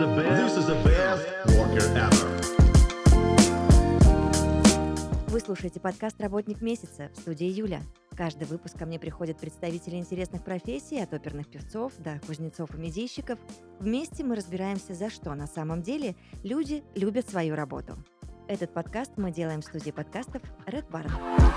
the best worker ever. Вы слушаете подкаст «Работник месяца» в студии Юля. Каждый выпуск ко мне приходят представители интересных профессий, от оперных певцов до кузнецов и медийщиков. Вместе мы разбираемся, за что на самом деле люди любят свою работу. Этот подкаст мы делаем в студии подкастов Red Barn.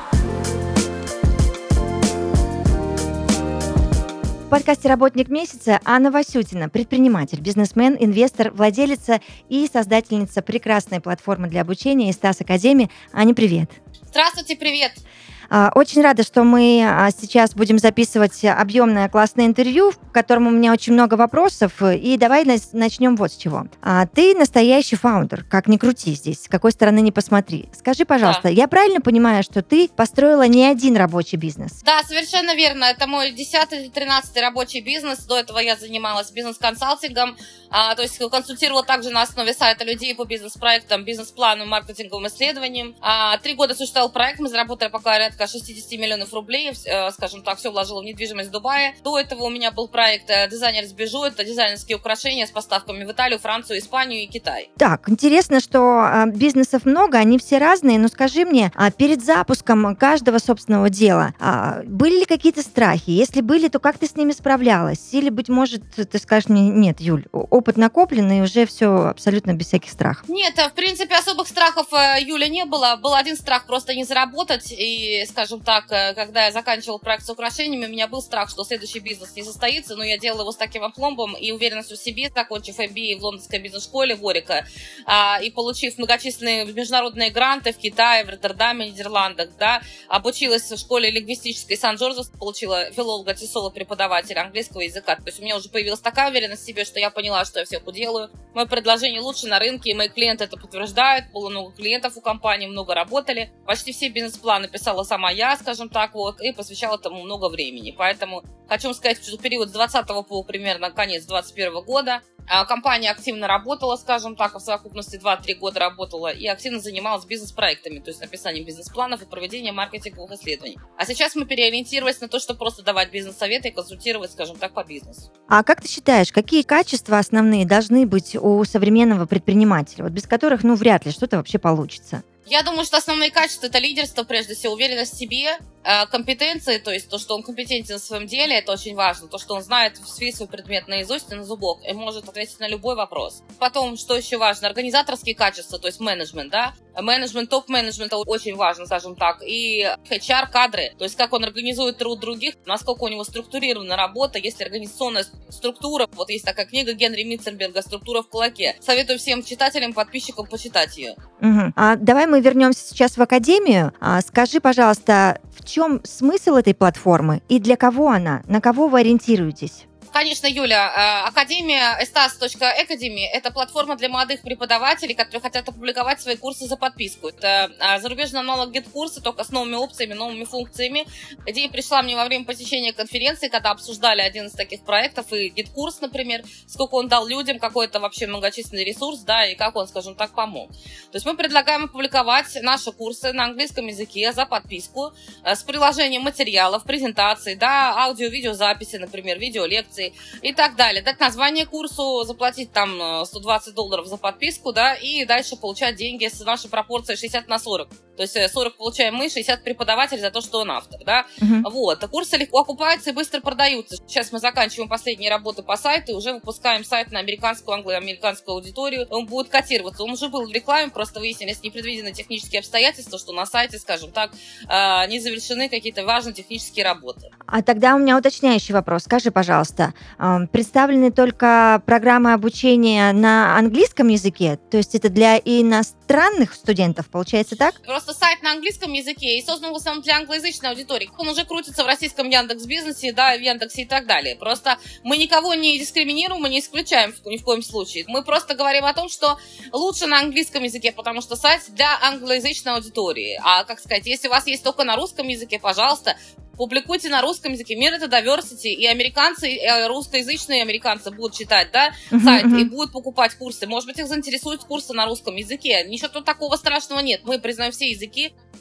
В подкасте «Работник месяца» Анна Васютина, предприниматель, бизнесмен, инвестор, владелица и создательница прекрасной платформы для обучения «Истас Академи». Аня, привет! Здравствуйте, привет! Очень рада, что мы сейчас будем записывать объемное классное интервью, в котором у меня очень много вопросов. И давай начнем вот с чего. Ты настоящий фаундер, как ни крути здесь, с какой стороны ни посмотри. Скажи, пожалуйста, я правильно понимаю, что ты построила не один рабочий бизнес? Да, совершенно верно. Это мой 10-й или 13-й рабочий бизнес. До этого я занималась бизнес-консалтингом, то есть консультировала также на основе сайта людей по бизнес-проектам, бизнес-планам, маркетинговым исследованиям. 3 года существовал проект, мы заработали пока порядка 60 миллионов рублей, скажем так, все вложила в недвижимость в Дубае. До этого у меня был проект «Дизайнер с бижу», это дизайнерские украшения с поставками в Италию, Францию, Испанию и Китай. Так, интересно, что бизнесов много, они все разные, но скажи мне, перед запуском каждого собственного дела были ли какие-то страхи? Если были, то как ты с ними справлялась? Или, быть может, ты скажешь мне, нет, Юль, опыт накопленный, и уже все абсолютно без всяких страхов? Нет, в принципе, особых страхов, Юля, не было. Был один страх просто не заработать, и, скажем так, когда я заканчивала проект с украшениями, у меня был страх, что следующий бизнес не состоится, но я делала его с таким опломбом и уверенностью в себе, закончив MBA в лондонской бизнес-школе Ворика и получив многочисленные международные гранты в Китае, в Роттердаме, Нидерландах, да, обучилась в школе лингвистической Сан-Джорджо, получила филолога, преподавателя английского языка. То есть у меня уже появилась такая уверенность в себе, что я поняла, что я все уделаю. Мое предложение лучше на рынке, и мои клиенты это подтверждают. Было много клиентов у компании, много работали. Почти все бизнес-планы писала сама я, скажем так, вот, и посвящала этому много времени. Поэтому хочу сказать, что период с 20 по примерно конец 21 года компания активно работала, скажем так, в совокупности 2-3 года работала и активно занималась бизнес-проектами, то есть написанием бизнес-планов и проведением маркетинговых исследований. А сейчас мы переориентировались на то, чтобы просто давать бизнес-советы и консультировать, скажем так, по бизнесу. А как ты считаешь, какие качества основные должны быть у современного предпринимателя, вот без которых, вряд ли что-то вообще получится? Я думаю, что основные качества – это лидерство, прежде всего, уверенность в себе, компетенции, то есть то, что он компетентен в своем деле, это очень важно, то, что он знает весь свой предмет наизусть и на зубок, и может ответить на любой вопрос. Потом, что еще важно, организаторские качества, то есть менеджмент, да, менеджмент, топ-менеджмент, это очень важно, скажем так, и HR, кадры, то есть как он организует труд других, насколько у него структурирована работа, есть ли организационная структура, вот есть такая книга Генри Митценберга «Структура в кулаке», советую всем читателям, подписчикам почитать ее. Давай мы вернемся сейчас в академию. Скажи, пожалуйста, в чем смысл этой платформы и для кого она? На кого вы ориентируетесь? Конечно, Юля, Академия Istas.Academy – это платформа для молодых преподавателей, которые хотят опубликовать свои курсы за подписку. Это зарубежный аналог GitKурса, только с новыми опциями, новыми функциями. Идея пришла мне во время посещения конференции, когда обсуждали один из таких проектов, и GitKурс, например, сколько он дал людям, какой это вообще многочисленный ресурс, да, и как он, скажем так, помог. То есть мы предлагаем опубликовать наши курсы на английском языке за подписку с приложением материалов, презентаций, да, аудио-видеозаписи, например, видеолекции, и так далее. Дать название курсу, заплатить там $120 за подписку, да, и дальше получать деньги с нашей пропорцией 60/40. То есть 40 получаем мы, 60 преподаватель за то, что он автор, да. Вот. Курсы легко окупаются и быстро продаются. Сейчас мы заканчиваем последние работы по сайту и уже выпускаем сайт на американскую, англо-американскую аудиторию. Он будет котироваться. Он уже был в рекламе, просто выяснились непредвиденные технические обстоятельства, что на сайте, скажем так, не завершены какие-то важные технические работы. А тогда у меня уточняющий вопрос. Скажи, пожалуйста, представлены только программы обучения на английском языке? То есть это для иностранных студентов, получается так? Просто сайт на английском языке и создан в основном для англоязычной аудитории. Он уже крутится в российском Яндекс.Бизнесе, да, в Яндексе и так далее. Просто мы никого не дискриминируем и не исключаем ни в коем случае. Мы просто говорим о том, что лучше на английском языке, потому что сайт для англоязычной аудитории. А, как сказать, если у вас есть только на русском языке, пожалуйста, публикуйте на русском языке. Мир — это diversity, и американцы, и русскоязычные американцы будут читать, да, сайт, и будут покупать курсы. Может быть, их заинтересуют курсы на русском языке. Ничего тут такого страшного нет. Мы признаем все языки,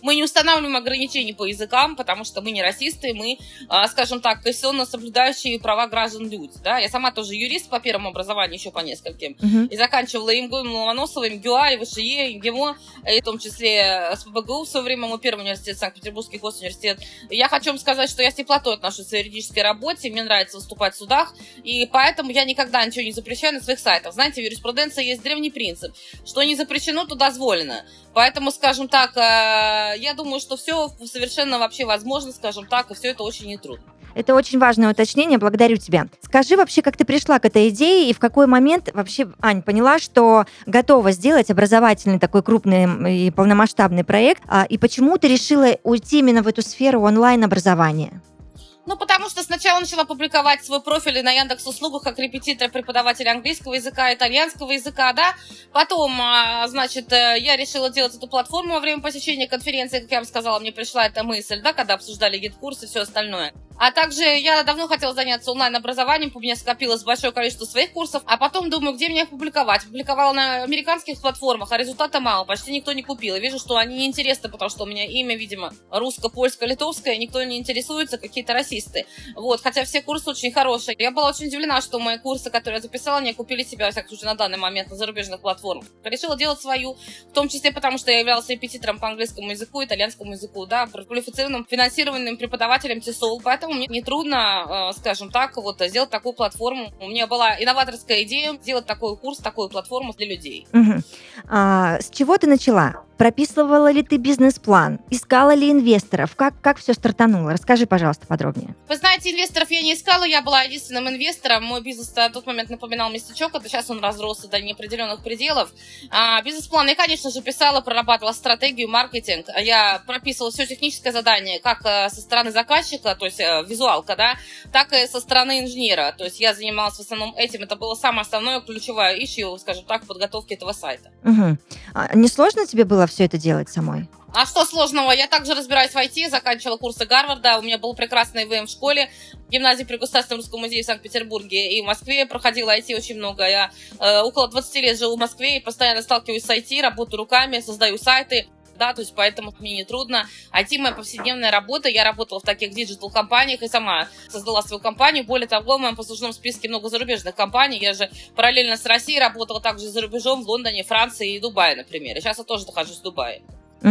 Мы не устанавливаем ограничений по языкам, потому что мы не расисты, мы, скажем так, конституционно соблюдающие права граждан люди. Да? Я сама тоже юрист по первому образованию, еще по нескольким. И заканчивала МГУ, Ломоносова, МГУА, ВШЕ, МГИМО, и в том числе СПбГУ в свое время, мой первый университет, Санкт-Петербургский госуниверситет. Я хочу вам сказать, что я с теплотой отношусь к своей юридической работе, мне нравится выступать в судах, и поэтому я никогда ничего не запрещаю на своих сайтах. Знаете, в юриспруденции есть древний принцип, что не запрещено, то дозволено. Поэтому, скажем так, я думаю, что все совершенно вообще возможно, скажем так, и все это очень нетрудно. Это очень важное уточнение, благодарю тебя. Скажи вообще, как ты пришла к этой идее и в какой момент вообще, Ань, поняла, что готова сделать образовательный такой крупный и полномасштабный проект, и почему ты решила уйти именно в эту сферу онлайн-образования? Ну, потому что сначала начала публиковать свой профиль на Яндекс.Услугах как репетитор, преподаватель английского языка, итальянского языка, да. Потом, значит, я решила делать эту платформу во время посещения конференции, как я вам сказала, мне пришла эта мысль, да, когда обсуждали гид-курсы и все остальное. А также я давно хотела заняться онлайн-образованием, у меня скопилось большое количество своих курсов, а потом думаю, где мне их публиковать. Публиковала на американских платформах, а результата мало, почти никто не купил. И вижу, что они неинтересны, потому что у меня имя, видимо, русско-польско-литовское, никто не интересуется, какие-то расисты. Вот, хотя все курсы очень хорошие. Я была очень удивлена, что мои курсы, которые я записала, не купили себя, во всяком случае, на данный момент на зарубежных платформах. Решила делать свою, в том числе потому, что я являлась репетитором по английскому языку, итальянскому языку, да, квалифицированным финансированным преподавателем TESOL, поэтому мне нетрудно, скажем так, вот сделать такую платформу. У меня была инноваторская идея сделать такой курс, такую платформу для людей. С чего ты начала? Прописывала ли ты бизнес-план? Искала ли инвесторов? Как все стартануло? Расскажи, пожалуйста, подробнее. Вы знаете, инвесторов я не искала, я была единственным инвестором. Мой бизнес на тот момент напоминал местечок, это сейчас он разросся до неопределенных пределов. Бизнес-план я, конечно же, писала, прорабатывала стратегию, маркетинг. Я прописывала все техническое задание, как со стороны заказчика, то есть визуалка, да, так и со стороны инженера. То есть я занималась в основном этим. Это было самое основное, ключевое issue, скажем так, подготовки этого сайта. Не сложно тебе было все это делать самой? А что сложного? Я также разбираюсь в IT, заканчивала курсы Гарварда, у меня был прекрасный ИВМ в школе, в гимназии при Государственном русском музее в Санкт-Петербурге и в Москве проходила IT очень много. Я около 20 лет живу в Москве и постоянно сталкиваюсь с IT, работаю руками, создаю сайты. Да, то есть поэтому мне не трудно. IT моя повседневная работа. Я работала в таких диджитал-компаниях и сама создала свою компанию. Более того, в моем послужном списке много зарубежных компаний. Я же параллельно с Россией работала также за рубежом в Лондоне, Франции и Дубае, например. И сейчас я тоже нахожусь в Дубае.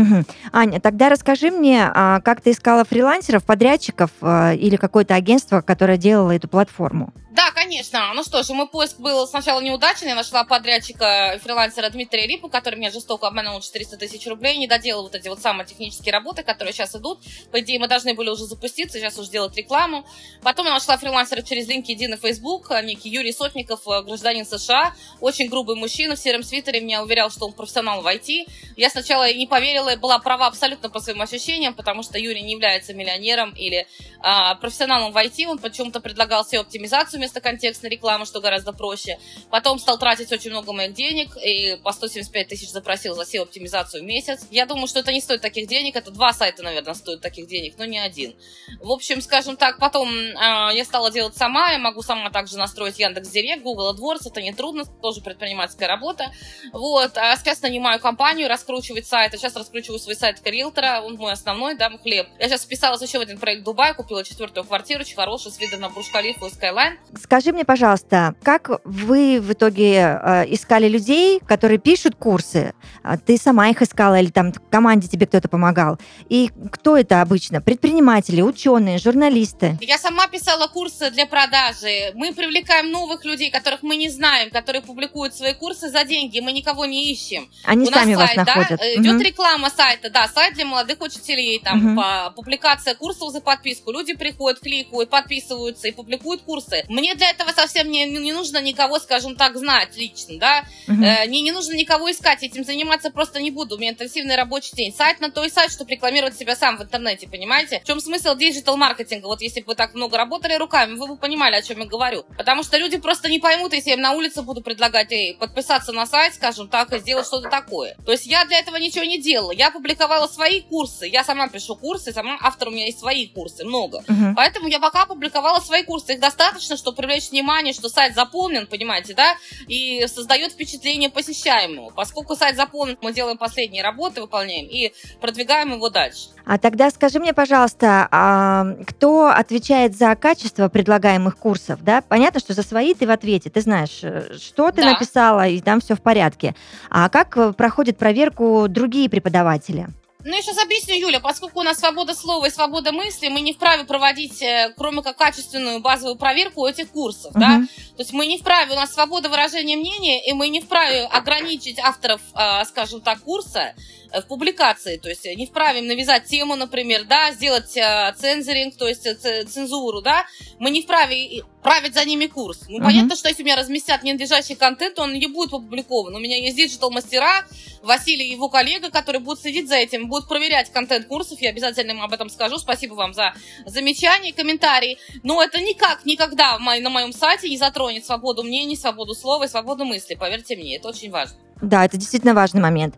Аня, тогда расскажи мне, как ты искала фрилансеров, подрядчиков или какое-то агентство, которое делало эту платформу? Да, конечно. Ну что же, мой поиск был сначала неудачный. Я нашла подрядчика фрилансера Дмитрия Рипу, который меня жестоко обманул 400 тысяч рублей, не доделал вот эти вот самые технические работы, которые сейчас идут. По идее, мы должны были уже запуститься, сейчас уже делать рекламу. Потом я нашла фрилансера через LinkedIn и Facebook, некий Юрий Сотников, гражданин США, очень грубый мужчина в сером свитере, меня уверял, что он профессионал в IT. Я сначала не поверила, была права абсолютно по своим ощущениям, потому что Юрий не является миллионером или профессионалом в IT, он почему-то предлагал SEO-оптимизацию вместо контекстной рекламы, что гораздо проще. Потом стал тратить очень много моих денег и по 175 тысяч запросил за SEO-оптимизацию в месяц. Я думаю, что это не стоит таких денег, это 2 сайта, наверное, стоят таких денег, но не один. В общем, скажем так, потом я стала делать сама, я могу сама также настроить Яндекс.Директ, Google AdWords, это нетрудно, тоже предпринимательская работа. Вот, а сейчас нанимаю компанию раскручивать сайт, сейчас раскручиваю свой сайт риэлтора, он мой основной, да, мой хлеб. Я сейчас вписалась еще в один проект Дубай, купила 4-ю квартиру, очень хорошую, с видом на Бурдж-Халифу и Skyline. Скажи мне, пожалуйста, как вы в итоге искали людей, которые пишут курсы? Ты сама их искала или там в команде тебе кто-то помогал? И кто это обычно? Предприниматели, ученые, журналисты? Я сама писала курсы для продажи. Мы привлекаем новых людей, которых мы не знаем, которые публикуют свои курсы за деньги. Мы никого не ищем. Они у сами нас вас сайт, находят. Да, идет реклама сайта, да, сайт для молодых учителей, там, публикация курсов за подписку. Люди приходят, кликают, подписываются и публикуют курсы. Мне для этого совсем не нужно никого, скажем так, знать лично, да. Мне не нужно никого искать, этим заниматься просто не буду. У меня интенсивный рабочий день. Сайт на то и сайт, чтобы рекламировать себя сам в интернете, понимаете? В чем смысл диджитал-маркетинга? Вот если бы вы так много работали руками, вы бы понимали, о чем я говорю. Потому что люди просто не поймут, если я им на улице буду предлагать подписаться на сайт, скажем так, и сделать что-то такое. То есть я для этого ничего не делала. Я публиковала свои курсы. Я сама пишу курсы, сама автор, у меня есть свои курсы, много. Поэтому я пока публиковала свои курсы. Их достаточно, чтобы привлечь привлечь внимание, что сайт заполнен, понимаете, да, и создает впечатление посещаемого. Поскольку сайт заполнен, мы делаем последние работы, выполняем и продвигаем его дальше. А тогда скажи мне, пожалуйста, кто отвечает за качество предлагаемых курсов, да? Понятно, что за свои ты в ответе, ты знаешь, что ты написала, и там все в порядке. А как проходит проверку другие преподаватели? Ну, я сейчас объясню, Юля, поскольку у нас свобода слова и свобода мысли, мы не вправе проводить, кроме как качественную базовую проверку этих курсов, да? То есть мы не вправе, у нас свобода выражения мнения, и мы не вправе ограничить авторов, скажем так, курса в публикации, то есть не вправе им навязать тему, например, да, сделать цензоринг, то есть цензуру, да, мы не вправе править за ними курс. Ну, понятно, что если у меня разместят ненадлежащий контент, он не будет опубликован. У меня есть диджитал-мастера, Василий и его коллега, которые будут следить за этим, будут проверять контент курсов, я обязательно им об этом скажу, спасибо вам за замечания и комментарии, но это никак, никогда на моем сайте не затронет свободу мнений, свободу слова и свободу мысли, поверьте мне, это очень важно. Да, это действительно важный момент.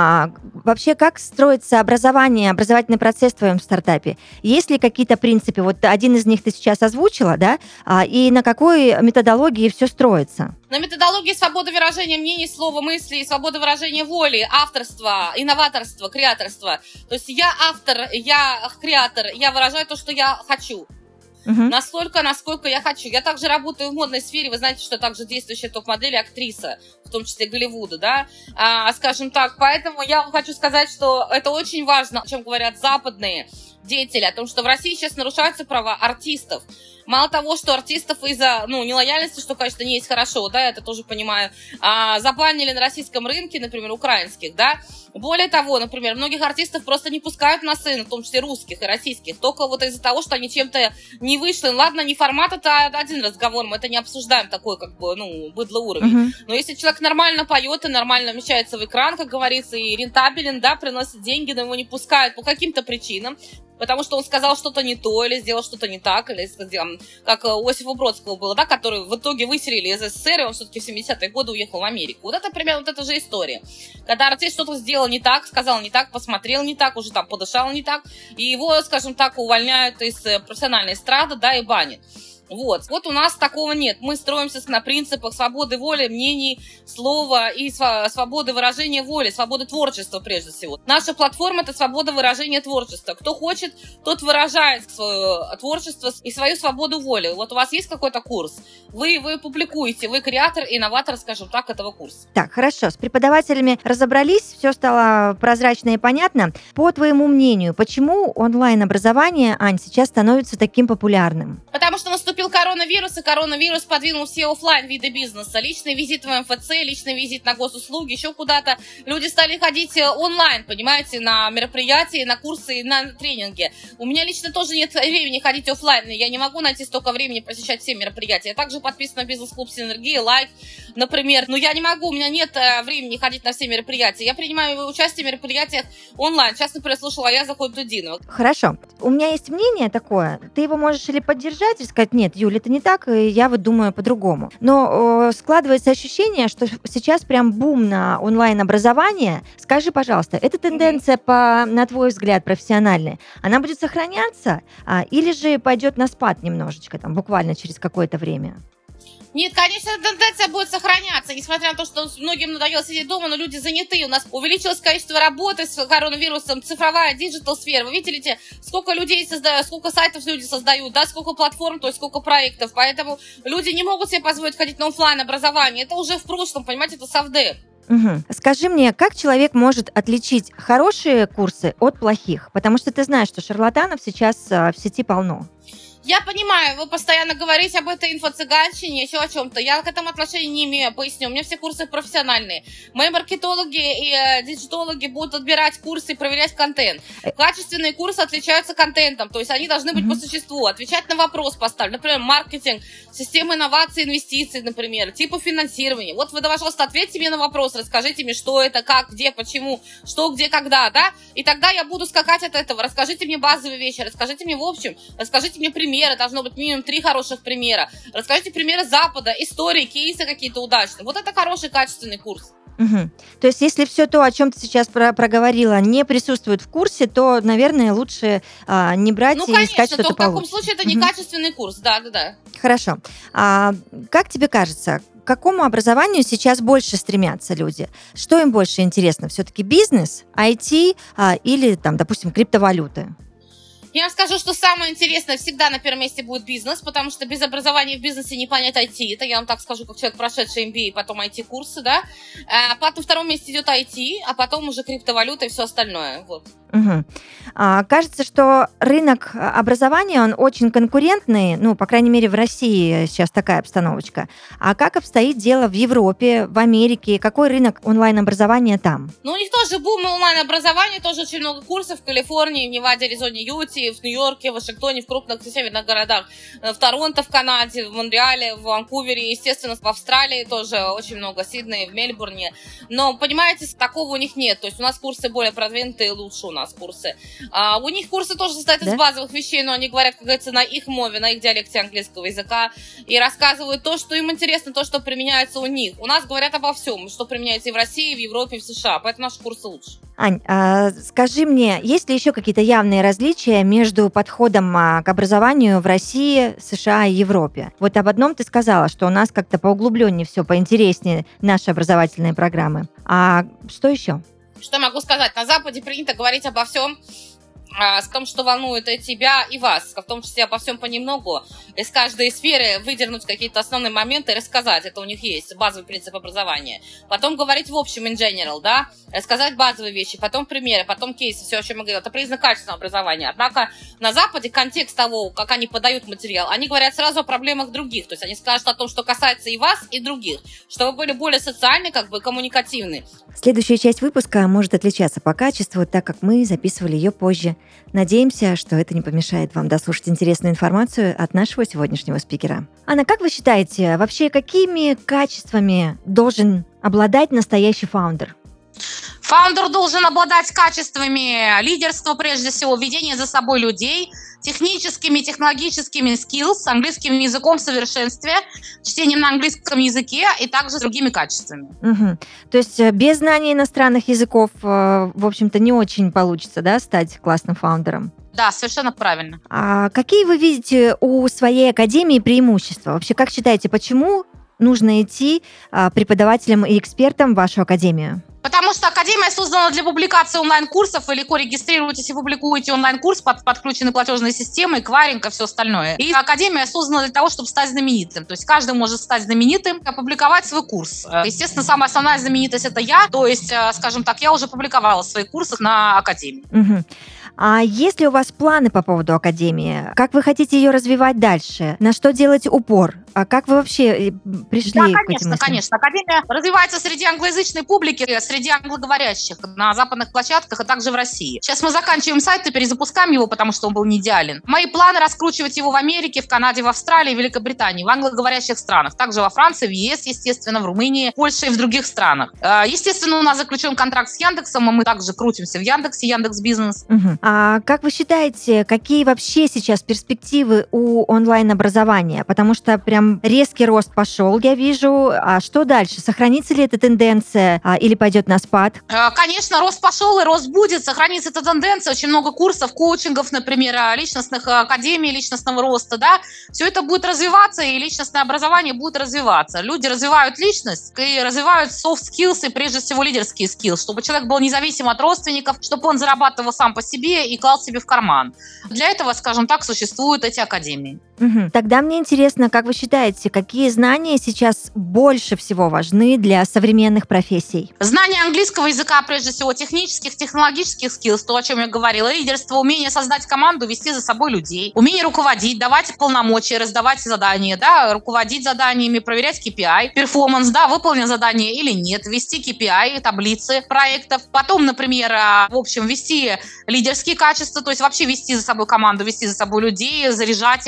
Вообще, как строится образовательный процесс в твоем стартапе? Есть ли какие-то принципы? Вот один из них ты сейчас озвучила, да? И на какой методологии все строится? На методологии свободы выражения мнений, слова, мысли и свободы выражения воли, авторства, инноваторства, креаторства. То есть я автор, я креатор, я выражаю то, что я хочу. Настолько, насколько я хочу. Я также работаю в модной сфере. Вы знаете, что я также действующая топ-модель и актриса, в том числе Голливуда, да, скажем так. Поэтому я вам хочу сказать, что это очень важно, о чем говорят западные деятели, о том, что в России сейчас нарушаются права артистов. Мало того, что артистов из-за, нелояльности, что, конечно, не есть хорошо, да, я это тоже понимаю, забанили на российском рынке, например, украинских, да. Более того, например, многих артистов просто не пускают на сцену, в том числе русских и российских, только вот из-за того, что они чем-то не вышли. Ладно, не формат, это один разговор, мы это не обсуждаем, такой, быдлый уровень. Но если человек нормально поет и нормально вмещается в экран, как говорится, и рентабелен, да, приносит деньги, но его не пускают по каким-то причинам, потому что он сказал что-то не то, или сделал что-то не так, или, как у Осипа Бродского было, да, который в итоге выселили из СССР, и он все-таки в 70-е годы уехал в Америку. Вот это примерно вот эта же история. Когда артист что-то сделал не так, сказал не так, посмотрел не так, уже там подышал не так, и его, скажем так, увольняют из профессиональной эстрады, да, и банят. Вот у нас такого нет. Мы строимся на принципах свободы воли, мнений, слова и свободы выражения воли, свободы творчества прежде всего. Наша платформа – это свобода выражения творчества. Кто хочет, тот выражает свое творчество и свою свободу воли. Вот у вас есть какой-то курс, вы публикуете, вы креатор, инноватор, скажем так, этого курса. Так, хорошо, с преподавателями разобрались, все стало прозрачно и понятно. По твоему мнению, почему онлайн-образование, Ань, сейчас становится таким популярным? Потому что наступил коронавирус, и коронавирус подвинул все офлайн виды бизнеса. Личный визит в МФЦ, личный визит на госуслуги, еще куда-то. Люди стали ходить онлайн, понимаете, на мероприятия, на курсы, на тренинги. У меня лично тоже нет времени ходить офлайн. Я не могу найти столько времени посещать все мероприятия. Я также подписана в бизнес-клуб «Синергия», «Лайк», например. Но я не могу, у меня нет времени ходить на все мероприятия. Я принимаю участие в мероприятиях онлайн. Сейчас, например, слушала Аяза Хайрутдинова. Хорошо. У меня есть мнение такое. Ты его можешь или поддержать, или сказать, нет, Юля, это не так, и я вот думаю по-другому. Но складывается ощущение, что сейчас прям бум на онлайн-образование. Скажи, пожалуйста, эта тенденция, на твой взгляд, профессиональная, она будет сохраняться или же пойдет на спад немножечко, там, буквально через какое-то время? Нет, конечно, тенденция будет сохраняться, несмотря на то, что многим надоело сидеть дома, но люди заняты. У нас увеличилось количество работы с коронавирусом, цифровая, диджитал-сфера. Вы видите, сколько людей создают, сколько сайтов люди создают, да, сколько платформ, то есть сколько проектов. Поэтому люди не могут себе позволить ходить на офлайн образование. Это уже в прошлом, понимаете, это совдеп. Скажи мне, как человек может отличить хорошие курсы от плохих? Потому что ты знаешь, что шарлатанов сейчас в сети полно. Я понимаю, вы постоянно говорите об этой инфо-цыганщине, еще о чем-то. Я к этому отношения не имею, поясню. У меня все курсы профессиональные. Мои маркетологи и диджитологи будут отбирать курсы и проверять контент. Качественные курсы отличаются контентом, то есть они должны быть по существу. Отвечать на вопрос поставлен. Например, маркетинг, система инноваций, инвестиций, например, типы финансирования. Вот вы, пожалуйста, ответьте мне на вопрос, расскажите мне, что это, как, где, почему, что, где, когда, да? И тогда я буду скакать от этого. Расскажите мне базовые вещи, расскажите мне в общем, расскажите мне примеры. Должно быть минимум 3 хороших примера. Расскажите примеры Запада, истории, кейсы какие-то удачные. Вот это хороший, качественный курс. Мгм. То есть, если все то, о чем ты сейчас проговорила, не присутствует в курсе, то, наверное, лучше не брать Ну, и искать конечно, то что-то в таком получше. случае это Мгм. некачественный курс, да. Хорошо. А как тебе кажется, к какому образованию сейчас больше стремятся люди? Что им больше интересно? Все-таки бизнес, IT или, там, допустим, криптовалюты? Я вам скажу, что самое интересное всегда на первом месте будет бизнес, потому что без образования в бизнесе не понять IT. Это я вам так скажу, как человек, прошедший MBA, потом IT-курсы, да. Потом на втором месте идет IT, а потом уже криптовалюта и все остальное. Вот. Мгм. Кажется, что рынок образования, он очень конкурентный, ну, по крайней мере, в России сейчас такая обстановочка. А как обстоит дело в Европе, в Америке? Какой рынок онлайн-образования там? Ну, у них тоже бум онлайн-образования, тоже очень много курсов в Калифорнии, в Неваде, Аризоне, Юте, в Нью-Йорке, в Вашингтоне, в крупных северных городах, в Торонто, в Канаде, в Монреале, в Ванкувере, естественно, в Австралии тоже очень много, Сиднее, в Мельбурне. Но, понимаете, такого у них нет. То есть у нас курсы более продвинутые, лучше у нас курсы. У них курсы тоже состоят из базовых вещей, но они говорят, как говорится, на их мове, на их диалекте английского языка и рассказывают то, что им интересно, то, что применяется у них. У нас говорят обо всем, что применяется и в России, и в Европе, и в США, поэтому наши курсы лучше. Ань, скажи мне, есть ли еще какие-то явные различия между подходом к образованию в России, США и Европе? Вот об одном ты сказала, что у нас как-то поуглубленнее все, поинтереснее наши образовательные программы. А что еще? Что я могу сказать? На Западе принято говорить обо всем, о том, что волнует и тебя, и вас, в том числе обо всем понемногу, из каждой сферы выдернуть какие-то основные моменты и рассказать, это у них есть базовый принцип образования. Потом говорить в общем, in general, да, рассказать базовые вещи, потом примеры, потом кейсы, все, о чем я говорила, это признак качественного образования. Однако на Западе контекст того, как они подают материал, они говорят сразу о проблемах других, то есть они скажут о том, что касается и вас, и других, чтобы вы были более социальны, как бы коммуникативны. Следующая часть выпуска может отличаться по качеству, так как мы записывали ее позже. Надеемся, что это не помешает вам дослушать интересную информацию от нашего сегодняшнего спикера. Анна, как вы считаете, вообще какими качествами должен обладать настоящий фаундер? Фаундер должен обладать качествами лидерства, прежде всего, ведения за собой людей, техническими, технологическими skills, английским языком в совершенстве, чтением на английском языке и также с другими качествами. Угу. То есть без знания иностранных языков, в общем-то, не очень получится, да, стать классным фаундером? Да, совершенно правильно. А какие вы видите у своей академии преимущества? Вообще, как считаете, почему нужно идти преподавателям и экспертам в вашу академию? Потому что Академия создана для публикации онлайн-курсов. Вы легко регистрируетесь и публикуете онлайн-курс под подключенной платежной системой, эквайринг и все остальное. И Академия создана для того, чтобы стать знаменитым. То есть каждый может стать знаменитым, опубликовать свой курс. Естественно, самая основная знаменитость – это я. То есть, скажем так, я уже публиковала свои курсы на Академии. Угу. А есть ли у вас планы по поводу Академии? Как вы хотите ее развивать дальше? На что делать упор? А как вы вообще пришли Да, к этим конечно, мыслям? конечно. Академия развивается среди англоязычной публики, среди англоговорящих на западных площадках, а также в России. Сейчас мы заканчиваем сайт и перезапускаем его, потому что он был не идеален. Мои планы раскручивать его в Америке, в Канаде, в Австралии, в Великобритании, в англоговорящих странах. Также во Франции, в ЕС, естественно, в Румынии, в Польше и в других странах. Естественно, у нас заключен контракт с Яндексом, и мы также крутимся в Яндексе, Яндекс.Бизнес. Угу. А как вы считаете, какие вообще сейчас перспективы у онлайн-образования? Потому что прям резкий рост пошел, я вижу. А что дальше? Сохранится ли эта тенденция или пойдет на спад? Конечно, рост пошел и рост будет. Сохранится эта тенденция. Очень много курсов, коучингов, например, личностных академий, личностного роста. Да? Все это будет развиваться, и личностное образование будет развиваться. Люди развивают личность и развивают soft skills, и прежде всего лидерские skills, чтобы человек был независим от родственников, чтобы он зарабатывал сам по себе и клал себе в карман. Для этого, скажем так, существуют эти академии. Угу. Тогда мне интересно, как вы считаете, какие знания сейчас больше всего важны для современных профессий? Знание английского языка, прежде всего, технических, технологических skills, то, о чем я говорила, лидерство, умение создать команду, вести за собой людей, умение руководить, давать полномочия, раздавать задания, да, руководить заданиями, проверять KPI, перформанс, да, выполнен задание или нет, вести KPI, таблицы проектов, потом, например, в общем, вести лидерские качества, то есть вообще вести за собой команду, вести за собой людей, заряжать их, да,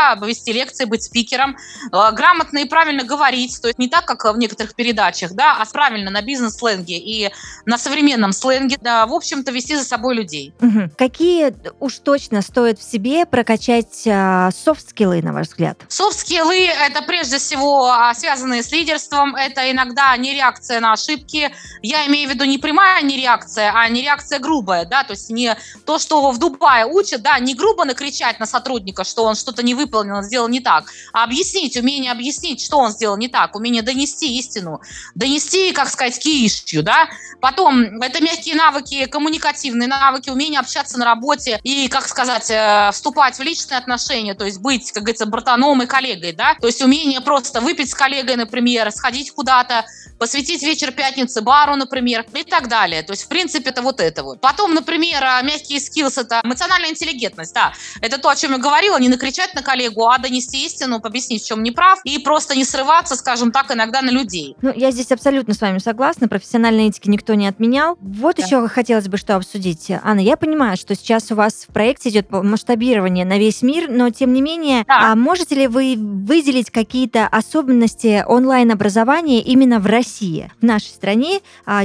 да, вести лекции, быть спикером, грамотно и правильно говорить, то есть не так, как в некоторых передачах, да, а правильно на бизнес-сленге и на современном сленге, да, в общем-то, вести за собой людей. Какие уж точно стоит в себе прокачать софт-скиллы, на ваш взгляд? Софт-скиллы – это прежде всего связанные с лидерством, это иногда не реакция на ошибки. Я имею в виду не прямая нереакция, а нереакция грубая, да, то есть не то, что в Дубае учат, да, не грубо накричать на сотрудника, что он что-то не выполнил, сделал не так, а объяснить, умение объяснить, что он сделал не так, умение донести истину, донести, как сказать, киишью, да. Потом это мягкие навыки, коммуникативные навыки, умение общаться на работе и, как сказать, вступать в личные отношения, то есть быть, как говорится, братаном и коллегой, да, то есть умение просто выпить с коллегой, например, сходить куда-то, посвятить вечер пятницы бару, например, и так далее. То есть, в принципе, это вот это вот. Потом, например, мягкие скиллс – это эмоциональная интеллигентность, да. Это то, о чем я говорила, не накричать на коллегу, а донести истину, объяснить, в чем не прав, и просто не срываться, скажем так, иногда на людей. Ну, я здесь абсолютно с вами согласна. Профессиональной этики никто не отменял. Вот еще хотелось бы что обсудить. Анна, я понимаю, что сейчас у вас в проекте идет масштабирование на весь мир, но, тем не менее, можете ли вы выделить какие-то особенности онлайн-образования именно в России, в нашей стране?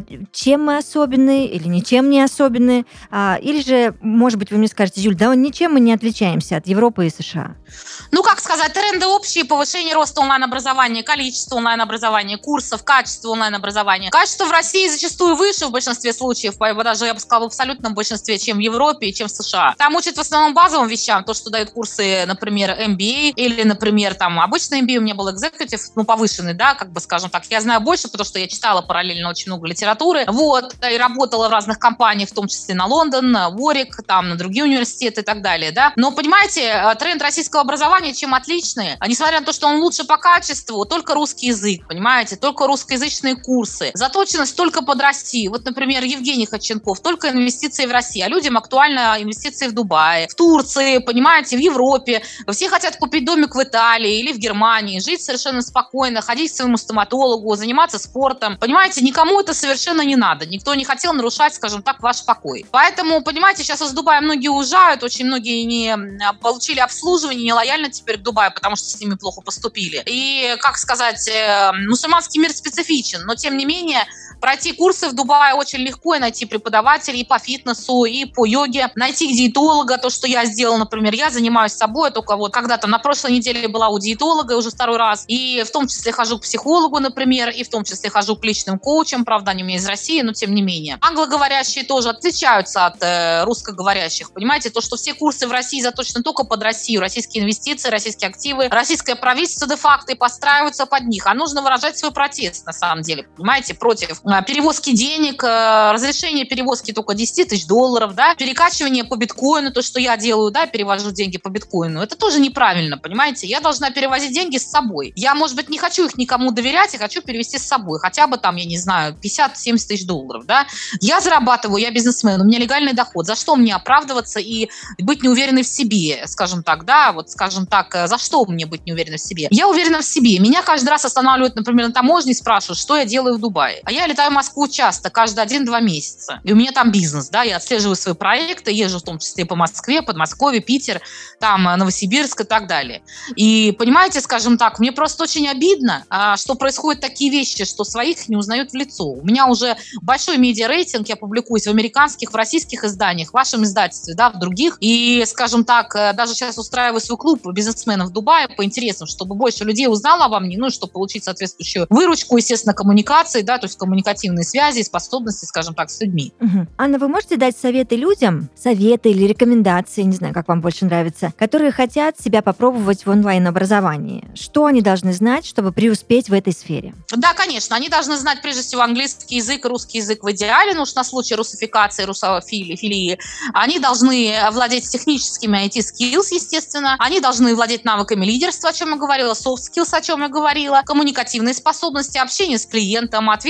Чем мы особенны или ничем не особенны? Или же, может быть, вы мне скажете, Юль, да ничем мы не отличаемся от Европы и США? Ну, как сказать, тренды общие: повышение роста онлайн-образования, количество онлайн-образования, курсов, качество онлайн-образования. Качество в России зачастую выше в большинстве случаев, даже, я бы сказала, в абсолютном большинстве, чем в Европе и чем в США. Там учат в основном базовым вещам, то, что дают курсы, например, MBA, или, например, там, обычный MBA, у меня был executive, повышенный, да, как бы, скажем так. Я знаю больше, потому что я читала параллельно очень много литературы, вот, и работала в разных компаниях, в том числе на Лондон, на Warwick, там, на другие университеты и так далее, да. Но, понимаете, тренд российского образования чем отличный? Несмотря на то, что он лучше по качеству, только русский язык, понимаете, только русскоязычные курсы, заточенность только под Россию. Вот, например, Евгений Ходченков, только инвестиции в Россию, а людям актуально инвестиции в Дубае, в Турции, понимаете, в Европе. Все хотят купить домик в Италии или в Германии, жить совершенно спокойно, ходить к своему стоматологу, заниматься спортом. Понимаете, никому это совершенно не надо. Никто не хотел нарушать, скажем так, ваш покой. Поэтому, понимаете, сейчас из Дубая многие уезжают, очень многие не получили обслуживание, не лояльны теперь к Дубаю, потому что с ними плохо поступили. И, как сказать, мусульманский мир специфичен, но, тем не менее, пройти курсы в Дубае очень легко, и найти преподавателей и по фитнесу, и по йоге, найти диетолога, то, что я сделала, например. Я занимаюсь собой, только вот когда-то на прошлой неделе была у диетолога уже второй раз, и в том числе хожу к психологу, например, и в том числе хожу к личным коучам, правда, они у меня из России, но тем не менее. Англоговорящие тоже отличаются от русскоговорящих, понимаете, то, что все курсы в России заточены только под Россию, российские инвестиции, российские активы, российское правительство де-факто и подстраиваются под них, а нужно выражать свой протест, на самом деле, понимаете, против перевозки денег, разрешение перевозки только $10 тысяч, да, перекачивание по биткоину, то, что я делаю, да, перевожу деньги по биткоину, это тоже неправильно, понимаете, я должна перевозить деньги с собой. Я, может быть, не хочу их никому доверять, я хочу перевести с собой, хотя бы там, я не знаю, $50-70 тысяч, да. Я зарабатываю, я бизнесмен, у меня легальный доход, за что мне оправдываться и быть неуверенной в себе, скажем так, да, вот, скажем так, за что мне быть неуверенной в себе? Я уверена в себе. Меня каждый раз останавливают, например, на таможне и спрашивают, что я делаю в Дубае. А я летаю в Москву часто, каждые 1-2 месяца. И у меня там бизнес, да, я отслеживаю свои проекты, езжу в том числе по Москве, Подмосковье, Питер, там Новосибирск и так далее. И, понимаете, скажем так, мне просто очень обидно, что происходят такие вещи, что своих не узнают в лицо. У меня уже большой медиа-рейтинг, я публикуюсь в американских, в российских изданиях, в вашем издательстве, да, в других. И, скажем так, даже сейчас устраиваю свой клуб бизнесменов в Дубае по интересам, чтобы больше людей узнало обо мне, ну, чтобы получить соответствующую выручку, естественно, коммуникации, да, то есть коммуникативные связи, способности, скажем так, с людьми. Анна, вы можете дать советы людям, советы или рекомендации, не знаю, как вам больше нравится, которые хотят себя попробовать в онлайн-образовании? Что они должны знать, чтобы преуспеть в этой сфере? Да, конечно, они должны знать прежде всего английский язык, русский язык в идеале, ну уж на случай русификации, русофилии. Они должны владеть техническими IT-skills, естественно. Они должны владеть навыками лидерства, о чем я говорила, soft skills, о чем я говорила, коммуникативные способности, общение с клиентом, ответ на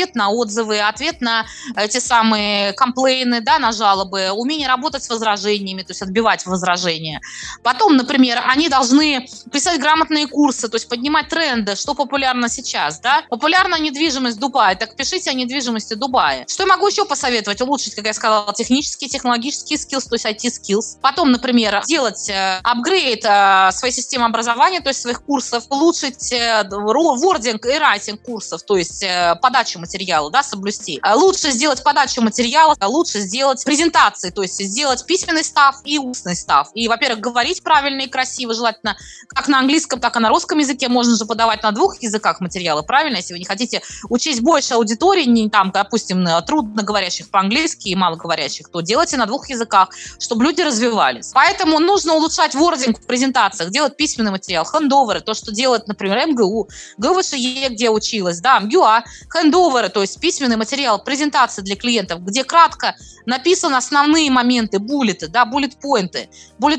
отзывы, ответ на те самые комплейны, да, на жалобы, умение работать с возражениями, то есть отбивать возражения. Потом, например, они должны писать грамотные курсы, то есть поднимать тренды, что популярно сейчас, да. Популярна недвижимость Дубая, так пишите о недвижимости Дубая. Что я могу еще посоветовать? Улучшить, как я сказала, технические, технологические skills, то есть IT-skills. Потом, например, сделать апгрейд своей системы образования, то есть своих курсов, улучшить вординг и райтинг курсов, то есть подачу материала, да, соблюсти. Лучше сделать подачу материала, лучше сделать презентации, то есть сделать письменный став и устный став. И, во-первых, говорить правильно и красиво, желательно как на английском, так и на русском языке. Можно же подавать на 2 языках материалы, правильно? Если вы не хотите учесть больше аудитории, не там, допустим, трудно говорящих по-английски и мало говорящих, то делайте на 2 языках, чтобы люди развивались. Поэтому нужно улучшать вординг в презентациях, делать письменный материал, хендоверы, то, что делает, например, МГУ, ГВШЕ, где училась, да, МГУА, хендоверы, то есть письменный материал, презентации для клиентов, где кратко написаны основные моменты, буллеты, да, буллет-поинты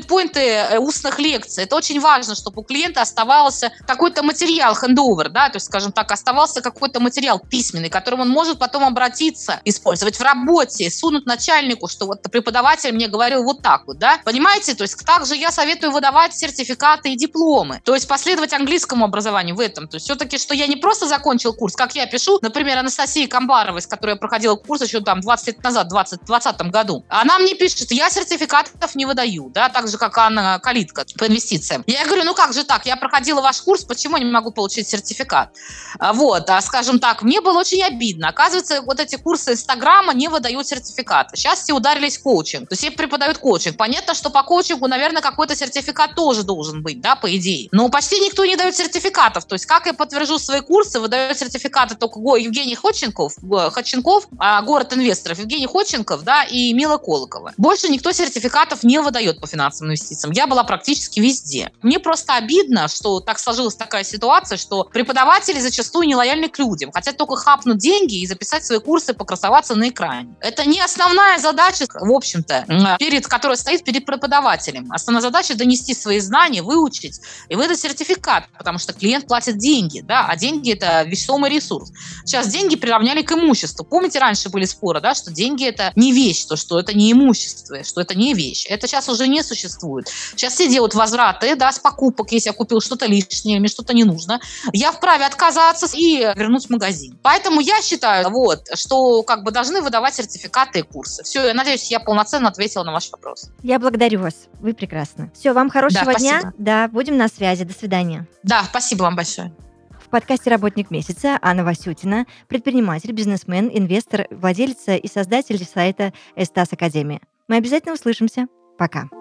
устных лекций. Это очень важно, чтобы у клиента оставался какой-то материал, хендовер, да, то есть, скажем так, оставался какой-то материал письменный, к которому он может потом обратиться, использовать в работе, сунуть начальнику, что вот преподаватель мне говорил вот так вот, да, понимаете? То есть также я советую выдавать сертификаты и дипломы, то есть последовать английскому образованию в этом, то есть все-таки, что я не просто закончил курс, как я пишу, например, Анастасии Камбаровой, с которой я проходила курс еще там 20 лет назад, в 2020 году, она мне пишет, я сертификатов не выдаю, да, так же, как Анна Калитка по инвестициям. Я говорю, ну как же так, я проходила ваш курс, почему я не могу получить сертификат? Вот, скажем так, мне было очень обидно. Оказывается, вот эти курсы Инстаграма не выдают сертификаты. Сейчас все ударились в коучинг, то есть все преподают коучинг. Понятно, что по коучингу, наверное, какой-то сертификат тоже должен быть, да, по идее. Но почти никто не дает сертификатов. То есть, как я подтвержу свои курсы, выдают сертификаты только Евгений Ходченков, город инвесторов, Евгений Ходченков, да, и Мила Колокова. Больше никто сертификатов не выдает по финансовым инвестициям. Я была практически везде. Мне просто обидно, что так сложилась такая ситуация, что преподаватели зачастую нелояльны к людям, хотят только хапнуть деньги и записать свои курсы, покрасоваться на экране. Это не основная задача, в общем-то, которая стоит перед преподавателем. Основная задача — донести свои знания, выучить и выдать сертификат, потому что клиент платит деньги, да, а деньги — это весомый ресурс. Сейчас деньги приравняли к имуществу. Помните, раньше были споры, да, что деньги — это не вещь, что это не имущество, что это не вещь. Это сейчас уже не существует. Сейчас все делают возвраты, да, с покупок, если я купил что-то лишнее, мне что-то не нужно. Я вправе отказаться и вернуть в магазин. Поэтому я считаю, что как бы должны выдавать сертификаты и курсы. Все, я надеюсь, я полноценно ответила на ваш вопрос. Я благодарю вас. Вы прекрасны. Все, вам хорошего дня. Спасибо. Да, будем на связи. До свидания. Да, спасибо вам большое. В подкасте «Работник месяца» Анна Васютина, предприниматель, бизнесмен, инвестор, владелица и создатель сайта Эстас Академия. Мы обязательно услышимся. Пока.